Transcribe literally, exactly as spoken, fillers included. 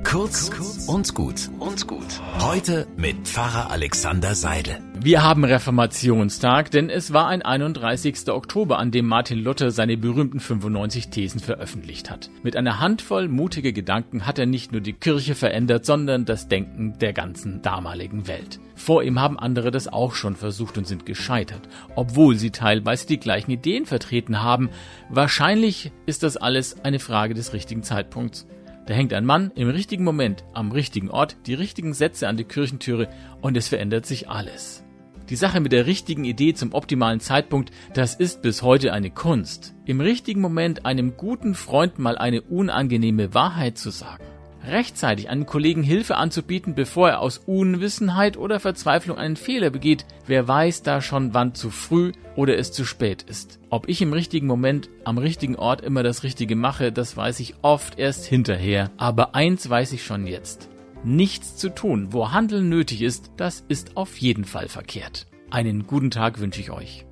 Kurz und gut und gut. Heute mit Pfarrer Alexander Seidel. Wir haben Reformationstag, denn es war ein einunddreißigster Oktober, an dem Martin Luther seine berühmten fünfundneunzig Thesen veröffentlicht hat. Mit einer Handvoll mutiger Gedanken hat er nicht nur die Kirche verändert, sondern das Denken der ganzen damaligen Welt. Vor ihm haben andere das auch schon versucht und sind gescheitert, obwohl sie teilweise die gleichen Ideen vertreten haben. Wahrscheinlich ist das alles eine Frage des richtigen Zeitpunkts. Da hängt ein Mann im richtigen Moment, am richtigen Ort, die richtigen Sätze an die Kirchentüre und es verändert sich alles. Die Sache mit der richtigen Idee zum optimalen Zeitpunkt, das ist bis heute eine Kunst. Im richtigen Moment einem guten Freund mal eine unangenehme Wahrheit zu sagen. Rechtzeitig einem Kollegen Hilfe anzubieten, bevor er aus Unwissenheit oder Verzweiflung einen Fehler begeht. Wer weiß da schon, wann zu früh oder es zu spät ist. Ob ich im richtigen Moment, am richtigen Ort immer das Richtige mache, das weiß ich oft erst hinterher. Aber eins weiß ich schon jetzt. Nichts zu tun, wo Handeln nötig ist, das ist auf jeden Fall verkehrt. Einen guten Tag wünsche ich euch.